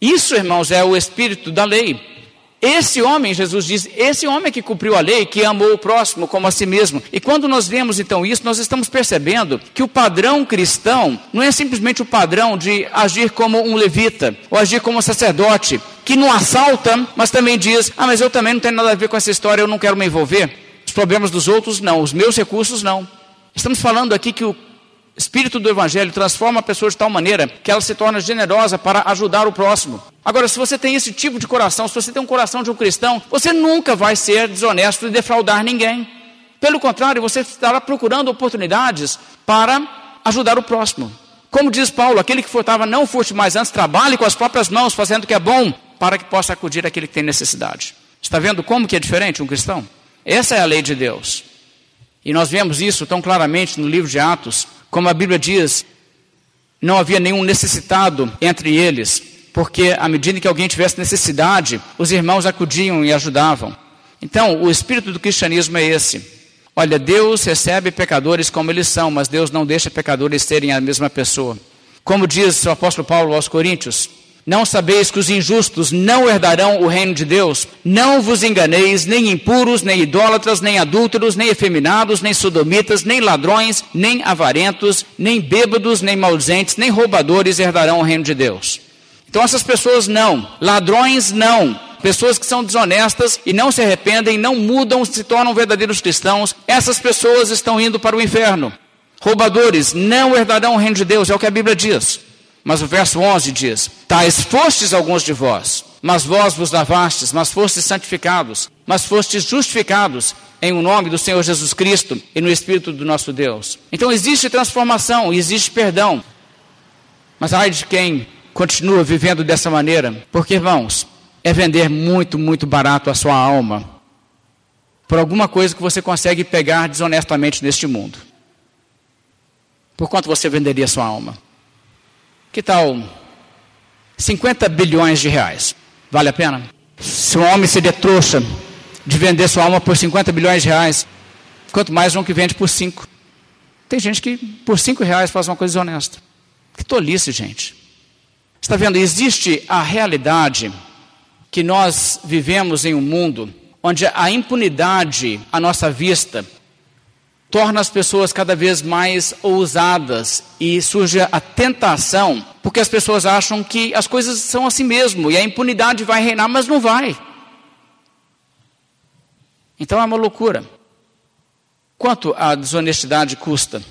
Isso, irmãos, é o espírito da lei. Esse homem, Jesus diz, esse homem que cumpriu a lei, que amou o próximo como a si mesmo. E quando nós vemos então isso, nós estamos percebendo que o padrão cristão não é simplesmente o padrão de agir como um levita, ou agir como um sacerdote, que não assalta, mas também diz, mas eu também não tenho nada a ver com essa história, eu não quero me envolver. Os problemas dos outros, não. Os meus recursos, não. Estamos falando aqui que o Espírito do Evangelho transforma a pessoa de tal maneira que ela se torna generosa para ajudar o próximo. Agora, se você tem esse tipo de coração, se você tem um coração de um cristão, você nunca vai ser desonesto e defraudar ninguém. Pelo contrário, você estará procurando oportunidades para ajudar o próximo. Como diz Paulo, aquele que furtava não furte, mas antes trabalhe com as próprias mãos, fazendo o que é bom, para que possa acudir àquele que tem necessidade. Está vendo como que é diferente um cristão? Essa é a lei de Deus. E nós vemos isso tão claramente no livro de Atos, como a Bíblia diz, não havia nenhum necessitado entre eles, porque à medida que alguém tivesse necessidade, os irmãos acudiam e ajudavam. Então, o espírito do cristianismo é esse. Olha, Deus recebe pecadores como eles são, mas Deus não deixa pecadores serem a mesma pessoa. Como diz o apóstolo Paulo aos Coríntios, não sabeis que os injustos não herdarão o reino de Deus? Não vos enganeis, nem impuros, nem idólatras, nem adúlteros, nem efeminados, nem sodomitas, nem ladrões, nem avarentos, nem bêbados, nem maldizentes, nem roubadores herdarão o reino de Deus. Então essas pessoas não, ladrões não, pessoas que são desonestas e não se arrependem, não mudam, se tornam verdadeiros cristãos, essas pessoas estão indo para o inferno. Roubadores não herdarão o reino de Deus, é o que a Bíblia diz. Mas o verso 11 diz, tais fostes alguns de vós, mas vós vos lavastes, mas fostes santificados, mas fostes justificados em o nome do Senhor Jesus Cristo e no Espírito do nosso Deus. Então existe transformação, existe perdão. Mas ai de quem continua vivendo dessa maneira, porque, irmãos, é vender muito, muito barato a sua alma por alguma coisa que você consegue pegar desonestamente neste mundo. Por quanto você venderia a sua alma? Que tal 50 bilhões de reais? Vale a pena? Se um homem seria trouxa de vender sua alma por 50 bilhões de reais, quanto mais um que vende por 5. Tem gente que por 5 reais faz uma coisa desonesta. Que tolice, gente. Está vendo? Existe a realidade que nós vivemos em um mundo onde a impunidade à nossa vista torna as pessoas cada vez mais ousadas e surge a tentação, porque as pessoas acham que as coisas são assim mesmo e a impunidade vai reinar, mas não vai. Então é uma loucura. Quanto a desonestidade custa?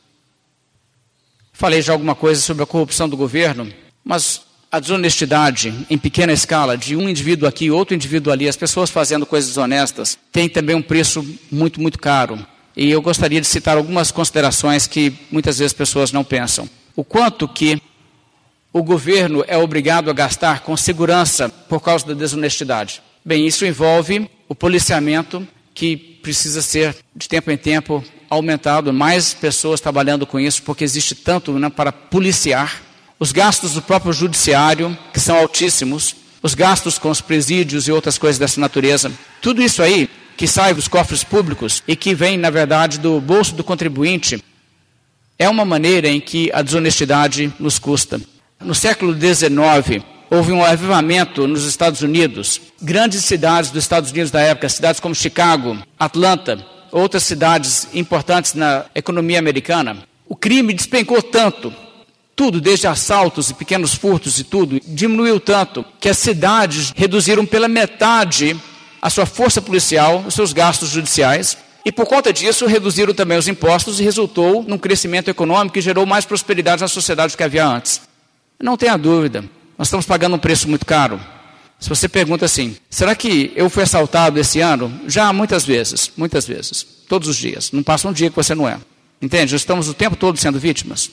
Falei já alguma coisa sobre a corrupção do governo, mas a desonestidade em pequena escala, de um indivíduo aqui, outro indivíduo ali, as pessoas fazendo coisas desonestas, tem também um preço muito, muito caro. E eu gostaria de citar algumas considerações que muitas vezes as pessoas não pensam. O quanto que o governo é obrigado a gastar com segurança por causa da desonestidade. Bem, isso envolve o policiamento que precisa ser, de tempo em tempo, aumentado. Mais pessoas trabalhando com isso, porque existe tanto para policiar. Os gastos do próprio judiciário, que são altíssimos. Os gastos com os presídios e outras coisas dessa natureza. Tudo isso aí que sai dos cofres públicos e que vem, na verdade, do bolso do contribuinte, é uma maneira em que a desonestidade nos custa. No século XIX, houve um avivamento nos Estados Unidos. Grandes cidades dos Estados Unidos da época, cidades como Chicago, Atlanta, outras cidades importantes na economia americana, o crime despencou tanto, tudo, desde assaltos e pequenos furtos e tudo, diminuiu tanto que as cidades reduziram pela metade a sua força policial, os seus gastos judiciais, e por conta disso reduziram também os impostos e resultou num crescimento econômico que gerou mais prosperidade na sociedade do que havia antes. Não tenha dúvida, nós estamos pagando um preço muito caro. Se você pergunta assim, será que eu fui assaltado esse ano? Já muitas vezes, todos os dias, não passa um dia que você não é. Entende? Estamos o tempo todo sendo vítimas.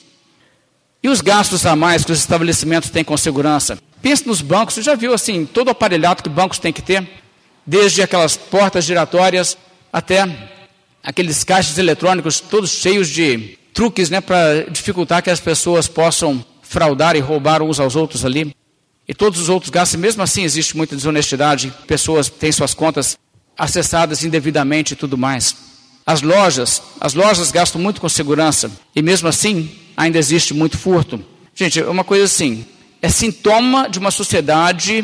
E os gastos a mais que os estabelecimentos têm com segurança? Pense nos bancos, você já viu assim, todo o aparelhado que bancos têm que ter? Desde aquelas portas giratórias até aqueles caixas eletrônicos todos cheios de truques, para dificultar que as pessoas possam fraudar e roubar uns aos outros ali. E todos os outros gastos, mesmo assim existe muita desonestidade, pessoas têm suas contas acessadas indevidamente e tudo mais. As lojas gastam muito com segurança e mesmo assim ainda existe muito furto. Gente, é uma coisa assim, é sintoma de uma sociedade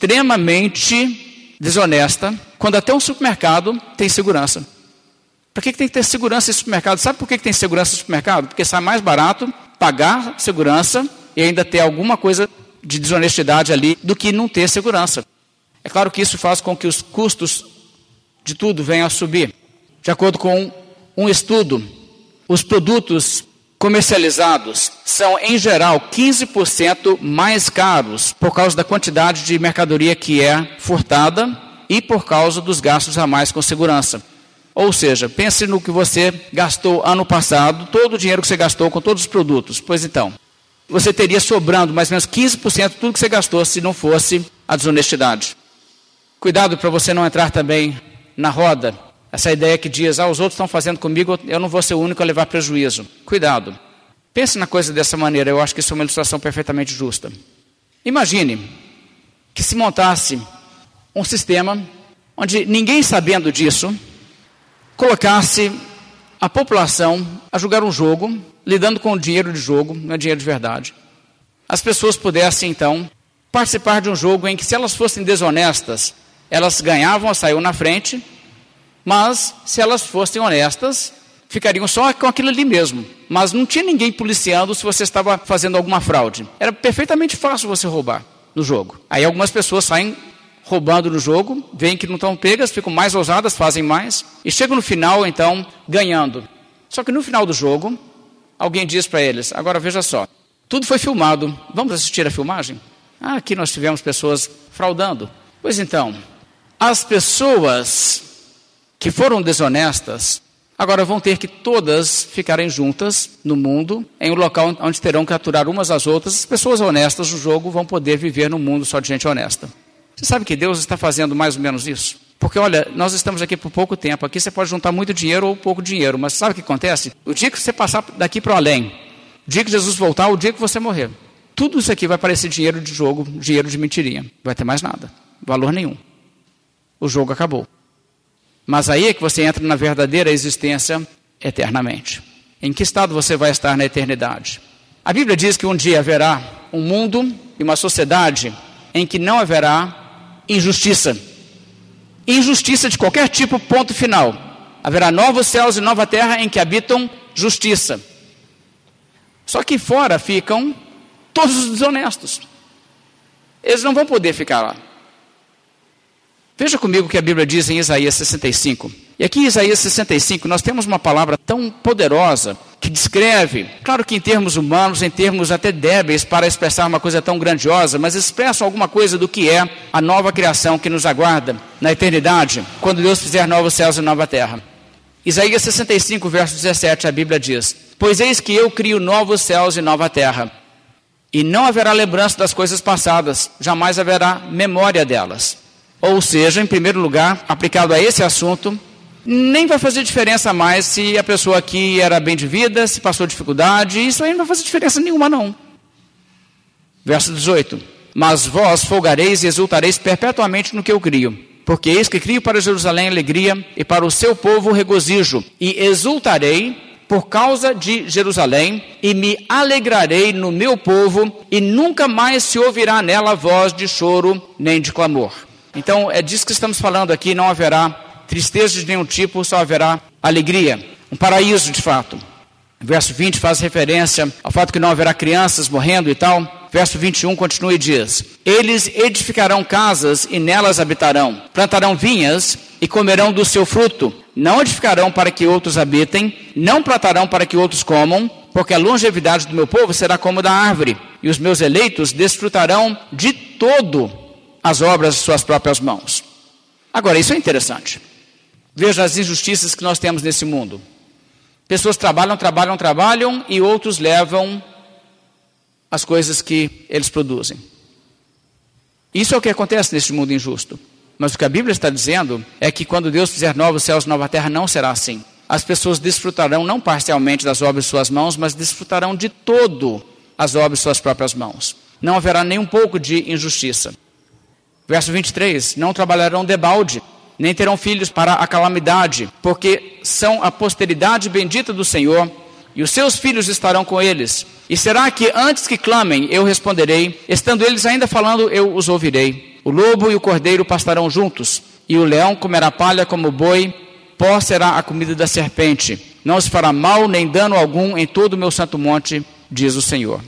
extremamente desonesta, quando até um supermercado tem segurança. Por que tem que ter segurança em supermercado? Sabe por que tem segurança em supermercado? Porque sai mais barato pagar segurança e ainda ter alguma coisa de desonestidade ali do que não ter segurança. É claro que isso faz com que os custos de tudo venham a subir. De acordo com um estudo, os produtos comercializados são, em geral, 15% mais caros por causa da quantidade de mercadoria que é furtada e por causa dos gastos a mais com segurança. Ou seja, pense no que você gastou ano passado, todo o dinheiro que você gastou com todos os produtos. Pois então, você teria sobrando mais ou menos 15% de tudo que você gastou se não fosse a desonestidade. Cuidado para você não entrar também na roda. Essa ideia que diz, os outros estão fazendo comigo, eu não vou ser o único a levar prejuízo. Cuidado. Pense na coisa dessa maneira, eu acho que isso é uma ilustração perfeitamente justa. Imagine que se montasse um sistema onde ninguém sabendo disso, colocasse a população a jogar um jogo, lidando com o dinheiro de jogo, não é dinheiro de verdade. As pessoas pudessem, então, participar de um jogo em que, se elas fossem desonestas, elas ganhavam ou saíam na frente, mas, se elas fossem honestas, ficariam só com aquilo ali mesmo. Mas não tinha ninguém policiando se você estava fazendo alguma fraude. Era perfeitamente fácil você roubar no jogo. Aí algumas pessoas saem roubando no jogo, veem que não estão pegas, ficam mais ousadas, fazem mais, e chegam no final, então, ganhando. Só que no final do jogo, alguém diz para eles, agora veja só, tudo foi filmado, vamos assistir a filmagem? Aqui nós tivemos pessoas fraudando. Pois então, as pessoas que foram desonestas, agora vão ter que todas ficarem juntas no mundo, em um local onde terão que aturar umas às outras. As pessoas honestas do jogo vão poder viver num mundo só de gente honesta. Você sabe que Deus está fazendo mais ou menos isso? Porque, olha, nós estamos aqui por pouco tempo. Aqui você pode juntar muito dinheiro ou pouco dinheiro. Mas sabe o que acontece? O dia que você passar daqui para o além, o dia que Jesus voltar, o dia que você morrer, tudo isso aqui vai parecer dinheiro de jogo, dinheiro de mentirinha. Não vai ter mais nada, valor nenhum. O jogo acabou. Mas aí é que você entra na verdadeira existência eternamente. Em que estado você vai estar na eternidade? A Bíblia diz que um dia haverá um mundo e uma sociedade em que não haverá injustiça. Injustiça de qualquer tipo, ponto final. Haverá novos céus e nova terra em que habitam justiça. Só que fora ficam todos os desonestos. Eles não vão poder ficar lá. Veja comigo o que a Bíblia diz em Isaías 65. E aqui em Isaías 65 nós temos uma palavra tão poderosa que descreve, claro que em termos humanos, em termos até débeis para expressar uma coisa tão grandiosa, mas expressa alguma coisa do que é a nova criação que nos aguarda na eternidade, quando Deus fizer novos céus e nova terra. Isaías 65, verso 17, a Bíblia diz, pois eis que eu crio novos céus e nova terra, e não haverá lembrança das coisas passadas, jamais haverá memória delas. Ou seja, em primeiro lugar, aplicado a esse assunto, nem vai fazer diferença mais se a pessoa aqui era bem de vida, se passou dificuldade, isso aí não vai fazer diferença nenhuma não. Verso 18, mas vós folgareis e exultareis perpetuamente no que eu crio, porque eis que crio para Jerusalém alegria e para o seu povo regozijo, e exultarei por causa de Jerusalém, e me alegrarei no meu povo, e nunca mais se ouvirá nela voz de choro nem de clamor. Então é disso que estamos falando aqui, não haverá tristeza de nenhum tipo, só haverá alegria, um paraíso de fato. Verso 20 faz referência ao fato que não haverá crianças morrendo e tal. Verso 21 continua e diz, eles edificarão casas e nelas habitarão, plantarão vinhas e comerão do seu fruto, não edificarão para que outros habitem, não plantarão para que outros comam, porque a longevidade do meu povo será como da árvore, e os meus eleitos desfrutarão de todo as obras de suas próprias mãos. Agora, isso é interessante. Veja as injustiças que nós temos nesse mundo. Pessoas trabalham e outros levam as coisas que eles produzem. Isso é o que acontece neste mundo injusto. Mas o que a Bíblia está dizendo é que quando Deus fizer novos céus e nova terra, não será assim. As pessoas desfrutarão não parcialmente das obras de suas mãos, mas desfrutarão de todo as obras de suas próprias mãos. Não haverá nem um pouco de injustiça. Verso 23, não trabalharão debalde, nem terão filhos para a calamidade, porque são a posteridade bendita do Senhor, e os seus filhos estarão com eles. E será que antes que clamem, eu responderei, estando eles ainda falando, eu os ouvirei. O lobo e o cordeiro pastarão juntos, e o leão comerá palha como o boi, pó será a comida da serpente. Não se fará mal nem dano algum em todo o meu santo monte, diz o Senhor.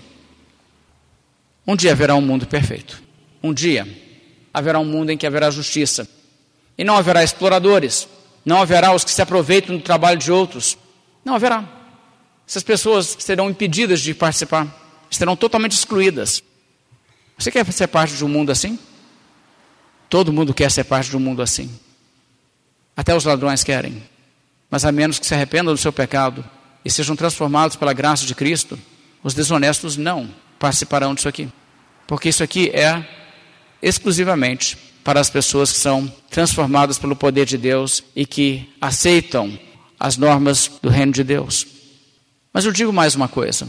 Um dia haverá um mundo perfeito. Um dia haverá um mundo em que haverá justiça. E não haverá exploradores. Não haverá os que se aproveitam do trabalho de outros. Não haverá. Essas pessoas serão impedidas de participar. Serão totalmente excluídas. Você quer ser parte de um mundo assim? Todo mundo quer ser parte de um mundo assim. Até os ladrões querem. Mas a menos que se arrependam do seu pecado e sejam transformados pela graça de Cristo, os desonestos não participarão disso aqui. Porque isso aqui é exclusivamente para as pessoas que são transformadas pelo poder de Deus e que aceitam as normas do reino de Deus. Mas eu digo mais uma coisa.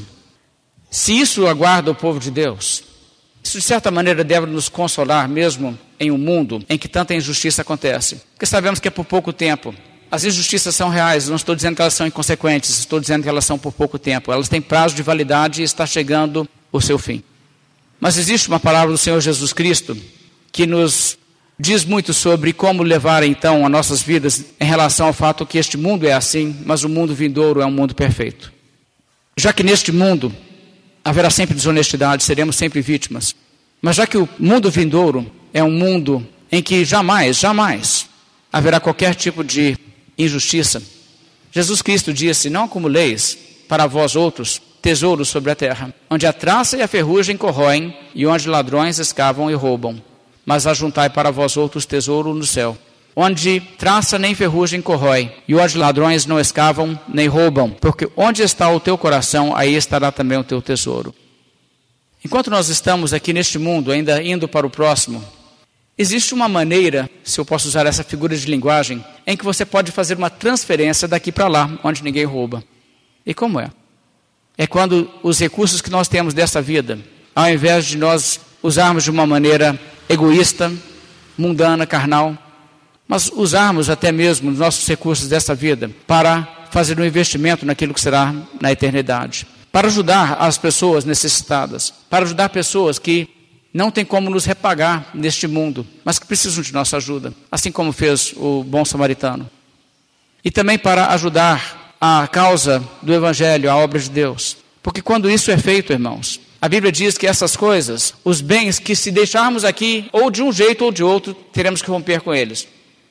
Se isso aguarda o povo de Deus, isso de certa maneira deve nos consolar mesmo em um mundo em que tanta injustiça acontece. Porque sabemos que é por pouco tempo. As injustiças são reais, não estou dizendo que elas são inconsequentes, estou dizendo que elas são por pouco tempo. Elas têm prazo de validade e está chegando o seu fim. Mas existe uma palavra do Senhor Jesus Cristo que nos diz muito sobre como levar então as nossas vidas em relação ao fato que este mundo é assim, mas o mundo vindouro é um mundo perfeito. Já que neste mundo haverá sempre desonestidade, seremos sempre vítimas. Mas já que o mundo vindouro é um mundo em que jamais haverá qualquer tipo de injustiça, Jesus Cristo disse, não acumuleis para vós outros tesouros sobre a terra, onde a traça e a ferrugem corroem e onde ladrões escavam e roubam. Mas ajuntai para vós outros tesouro no céu, onde traça nem ferrugem corrói, e onde ladrões não escavam nem roubam, porque onde está o teu coração, aí estará também o teu tesouro. Enquanto nós estamos aqui neste mundo, ainda indo para o próximo, existe uma maneira, se eu posso usar essa figura de linguagem, em que você pode fazer uma transferência daqui para lá, onde ninguém rouba. E como é? É quando os recursos que nós temos dessa vida, ao invés de nós usarmos de uma maneira egoísta, mundana, carnal, mas usarmos até mesmo os nossos recursos dessa vida para fazer um investimento naquilo que será na eternidade, para ajudar as pessoas necessitadas, para ajudar pessoas que não têm como nos repagar neste mundo, mas que precisam de nossa ajuda, assim como fez o bom samaritano. E também para ajudar a causa do Evangelho, a obra de Deus. Porque quando isso é feito, irmãos, a Bíblia diz que essas coisas, os bens que se deixarmos aqui, ou de um jeito ou de outro, teremos que romper com eles.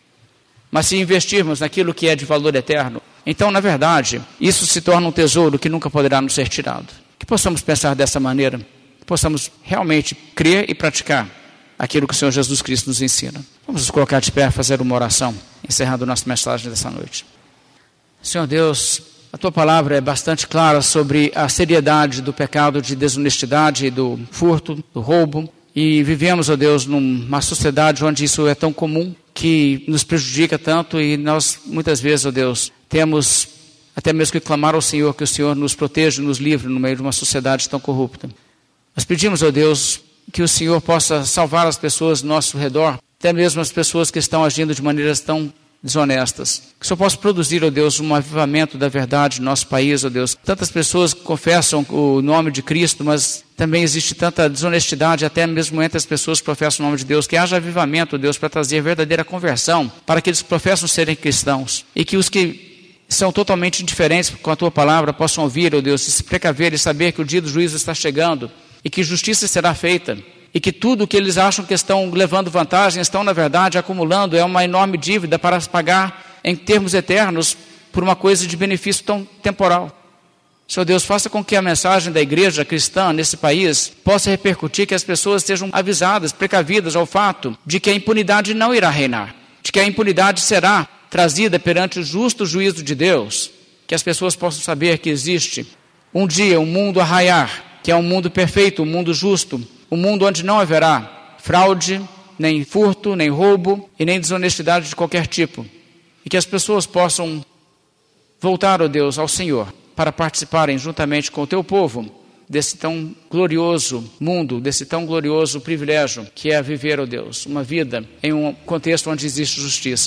Mas se investirmos naquilo que é de valor eterno, então, na verdade, isso se torna um tesouro que nunca poderá nos ser tirado. Que possamos pensar dessa maneira, que possamos realmente crer e praticar aquilo que o Senhor Jesus Cristo nos ensina. Vamos nos colocar de pé, fazer uma oração, encerrando nossa mensagem dessa noite. Senhor Deus, a Tua palavra é bastante clara sobre a seriedade do pecado de desonestidade, do furto, do roubo. E vivemos, ó Deus, numa sociedade onde isso é tão comum, que nos prejudica tanto e nós, muitas vezes, ó Deus, temos até mesmo que clamar ao Senhor, que o Senhor nos proteja e nos livre no meio de uma sociedade tão corrupta. Nós pedimos, ó Deus, que o Senhor possa salvar as pessoas ao nosso redor, até mesmo as pessoas que estão agindo de maneiras tão desonestas. Que o Senhor possa produzir, ó Deus, um avivamento da verdade no nosso país, ó Deus. Tantas pessoas confessam o nome de Cristo, mas também existe tanta desonestidade, até mesmo entre as pessoas que professam o nome de Deus. Que haja avivamento, ó Deus, para trazer verdadeira conversão para aqueles que professam serem cristãos. E que os que são totalmente indiferentes com a Tua palavra possam ouvir, ó Deus, e se precaver e saber que o dia do juízo está chegando e que justiça será feita. E que tudo que eles acham que estão levando vantagem, estão, na verdade, acumulando, é uma enorme dívida para pagar em termos eternos por uma coisa de benefício tão temporal. Senhor Deus, faça com que a mensagem da igreja cristã nesse país possa repercutir, que as pessoas sejam avisadas, precavidas ao fato de que a impunidade não irá reinar, de que a impunidade será trazida perante o justo juízo de Deus, que as pessoas possam saber que existe um dia, um mundo a raiar, que é um mundo perfeito, um mundo justo, um mundo onde não haverá fraude, nem furto, nem roubo e nem desonestidade de qualquer tipo. E que as pessoas possam voltar, ó Deus, ao Senhor, para participarem juntamente com o Teu povo desse tão glorioso mundo, desse tão glorioso privilégio que é viver, ó Deus, uma vida em um contexto onde existe justiça.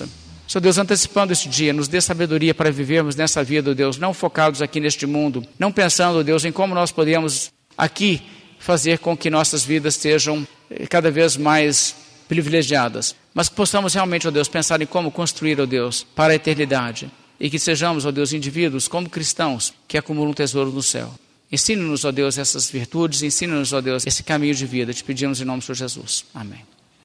Senhor Deus, antecipando este dia, nos dê sabedoria para vivermos nessa vida, Deus, não focados aqui neste mundo, não pensando, Deus, em como nós podemos aqui fazer com que nossas vidas sejam cada vez mais privilegiadas, mas que possamos realmente, ó Deus, pensar em como construir, ó Deus, para a eternidade, e que sejamos, ó Deus, indivíduos como cristãos que acumulam um tesouro no céu. Ensine-nos, ó Deus, essas virtudes, ensine-nos, ó Deus, esse caminho de vida. Te pedimos em nome de Jesus. Amém.